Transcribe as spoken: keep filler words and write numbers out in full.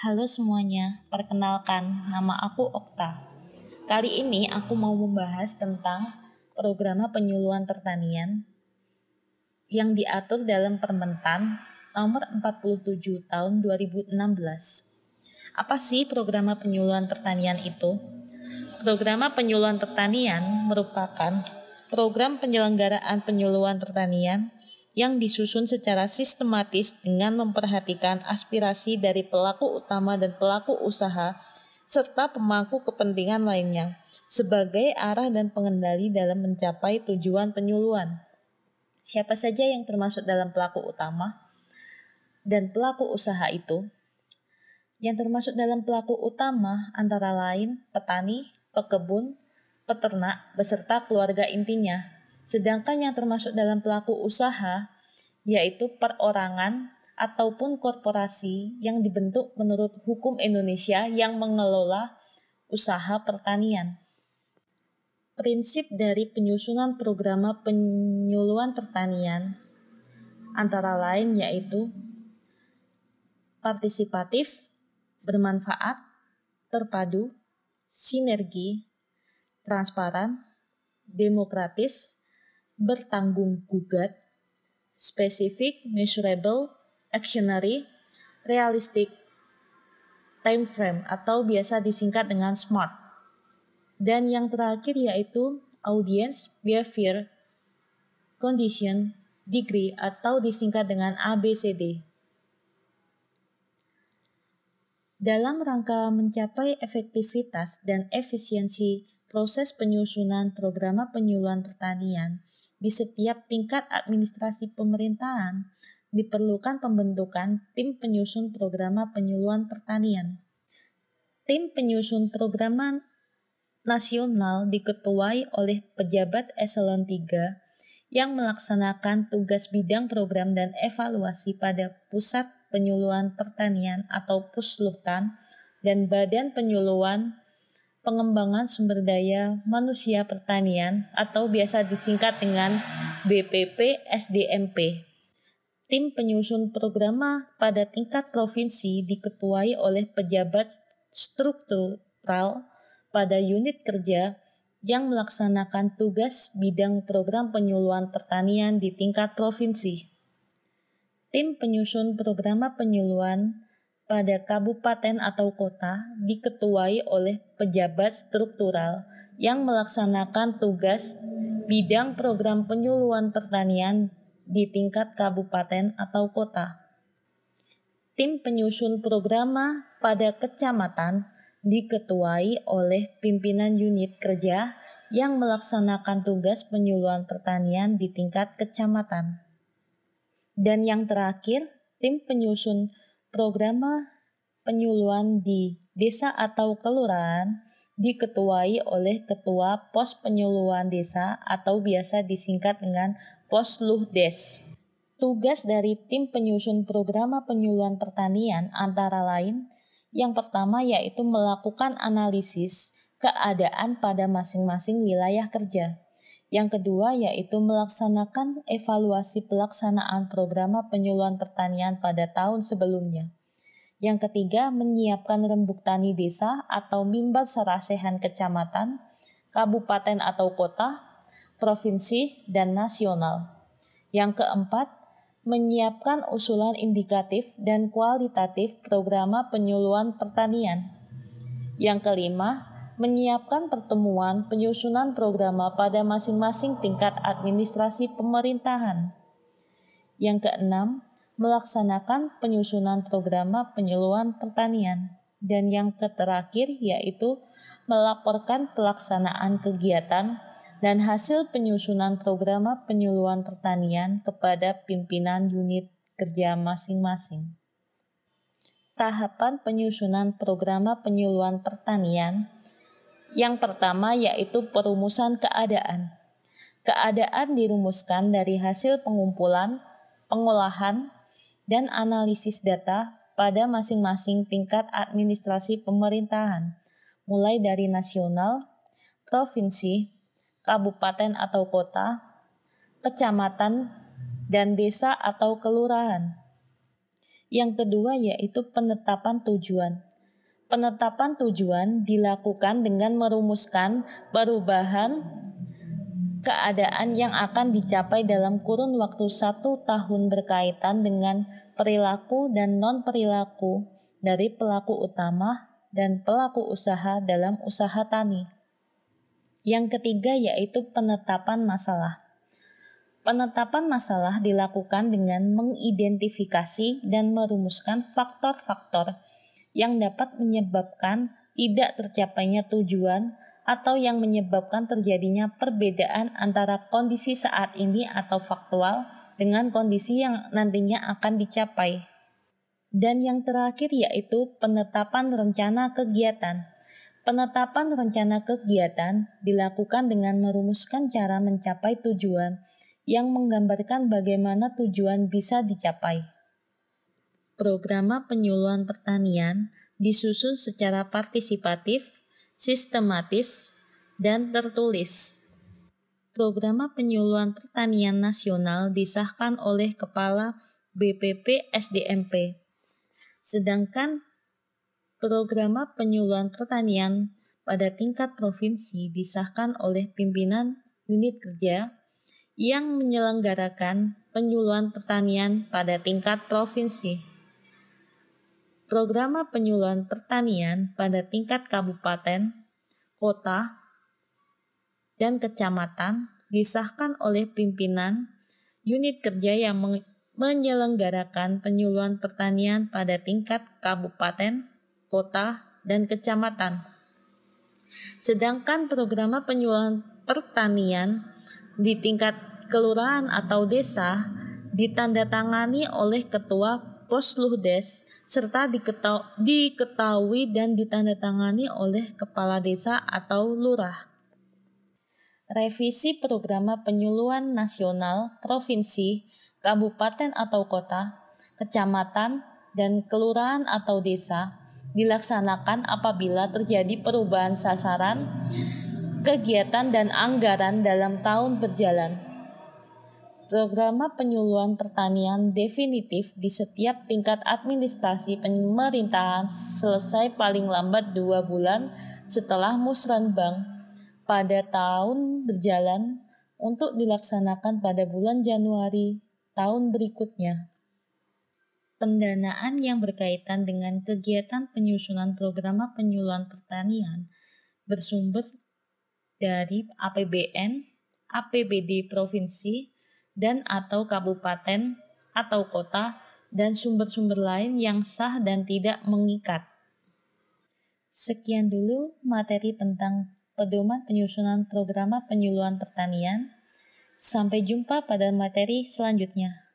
Halo semuanya, perkenalkan nama aku Okta. Kali ini aku mau membahas tentang program penyuluhan pertanian yang diatur dalam Permentan nomor empat puluh tujuh tahun dua ribu enam belas. Apa sih program penyuluhan pertanian itu? Program penyuluhan pertanian merupakan program penyelenggaraan penyuluhan pertanian yang disusun secara sistematis dengan memperhatikan aspirasi dari pelaku utama dan pelaku usaha serta pemangku kepentingan lainnya sebagai arah dan pengendali dalam mencapai tujuan penyuluhan. Siapa saja yang termasuk dalam pelaku utama dan pelaku usaha itu? Yang termasuk dalam pelaku utama antara lain petani, pekebun, peternak, beserta keluarga intinya. Sedangkan yang termasuk dalam pelaku usaha yaitu perorangan ataupun korporasi yang dibentuk menurut hukum Indonesia yang mengelola usaha pertanian. Prinsip dari penyusunan program penyuluhan pertanian antara lain yaitu partisipatif, bermanfaat, terpadu, sinergi, transparan, demokratis, bertanggung gugat, spesifik, measurable, actionary, realistic, time frame atau biasa disingkat dengan SMART. Dan yang terakhir yaitu audience, behavior, condition, degree atau disingkat dengan A B C D. Dalam rangka mencapai efektivitas dan efisiensi proses penyusunan program penyuluhan pertanian di setiap tingkat administrasi pemerintahan, diperlukan pembentukan tim penyusun program penyuluhan pertanian. Tim penyusun program nasional diketuai oleh pejabat eselon tiga yang melaksanakan tugas bidang program dan evaluasi pada pusat penyuluhan pertanian atau Pusluhtan dan Badan Penyuluhan Pengembangan Sumber Daya Manusia Pertanian atau biasa disingkat dengan B P P S D M P. Tim penyusun program pada tingkat provinsi diketuai oleh pejabat struktural pada unit kerja yang melaksanakan tugas bidang program penyuluhan pertanian di tingkat provinsi. Tim penyusun program penyuluhan pada kabupaten atau kota diketuai oleh pejabat struktural yang melaksanakan tugas bidang program penyuluhan pertanian di tingkat kabupaten atau kota. Tim penyusun program pada kecamatan diketuai oleh pimpinan unit kerja yang melaksanakan tugas penyuluhan pertanian di tingkat kecamatan. Dan yang terakhir, tim penyusun program penyuluhan di desa atau kelurahan diketuai oleh ketua pos penyuluhan desa atau biasa disingkat dengan Posluhdes. Tugas dari tim penyusun program penyuluhan pertanian antara lain yang pertama yaitu melakukan analisis keadaan pada masing-masing wilayah kerja. Yang kedua yaitu melaksanakan evaluasi pelaksanaan program penyuluhan pertanian pada tahun sebelumnya. Yang ketiga menyiapkan rembuk tani desa atau mimbar serasehan kecamatan, kabupaten atau kota, provinsi, dan nasional. Yang keempat menyiapkan usulan indikatif dan kualitatif program penyuluhan pertanian. Yang kelima menyiapkan pertemuan penyusunan program pada masing-masing tingkat administrasi pemerintahan. Yang keenam, melaksanakan penyusunan program penyuluhan pertanian. Dan yang terakhir yaitu melaporkan pelaksanaan kegiatan dan hasil penyusunan program penyuluhan pertanian kepada pimpinan unit kerja masing-masing. Tahapan penyusunan program penyuluhan pertanian. Yang pertama yaitu perumusan keadaan. Keadaan dirumuskan dari hasil pengumpulan, pengolahan, dan analisis data pada masing-masing tingkat administrasi pemerintahan, mulai dari nasional, provinsi, kabupaten atau kota, kecamatan, dan desa atau kelurahan. Yang kedua yaitu penetapan tujuan. Penetapan tujuan dilakukan dengan merumuskan perubahan keadaan yang akan dicapai dalam kurun waktu satu tahun berkaitan dengan perilaku dan non-perilaku dari pelaku utama dan pelaku usaha dalam usaha tani. Yang ketiga yaitu penetapan masalah. Penetapan masalah dilakukan dengan mengidentifikasi dan merumuskan faktor-faktor yang dapat menyebabkan tidak tercapainya tujuan atau yang menyebabkan terjadinya perbedaan antara kondisi saat ini atau faktual dengan kondisi yang nantinya akan dicapai. Dan yang terakhir yaitu penetapan rencana kegiatan. Penetapan rencana kegiatan dilakukan dengan merumuskan cara mencapai tujuan yang menggambarkan bagaimana tujuan bisa dicapai. Program penyuluhan pertanian disusun secara partisipatif, sistematis, dan tertulis. Program penyuluhan pertanian nasional disahkan oleh Kepala B P P S D M P. Sedangkan program penyuluhan pertanian pada tingkat provinsi disahkan oleh pimpinan unit kerja yang menyelenggarakan penyuluhan pertanian pada tingkat provinsi. Program penyuluhan pertanian pada tingkat kabupaten, kota, dan kecamatan disahkan oleh pimpinan unit kerja yang menyelenggarakan penyuluhan pertanian pada tingkat kabupaten, kota, dan kecamatan. Sedangkan program penyuluhan pertanian di tingkat kelurahan atau desa ditandatangani oleh ketua Posluhdes serta diketahui dan ditandatangani oleh kepala desa atau lurah. Revisi program penyuluhan nasional provinsi, kabupaten atau kota, kecamatan, dan kelurahan atau desa dilaksanakan apabila terjadi perubahan sasaran, kegiatan, dan anggaran dalam tahun berjalan. Program penyuluhan pertanian definitif di setiap tingkat administrasi pemerintahan selesai paling lambat dua bulan setelah musrenbang pada tahun berjalan untuk dilaksanakan pada bulan Januari tahun berikutnya. Pendanaan yang berkaitan dengan kegiatan penyusunan program penyuluhan pertanian bersumber dari A P B N, A P B D provinsi, dan atau kabupaten atau kota dan sumber-sumber lain yang sah dan tidak mengikat. Sekian dulu materi tentang pedoman penyusunan program penyuluhan pertanian. Sampai jumpa pada materi selanjutnya.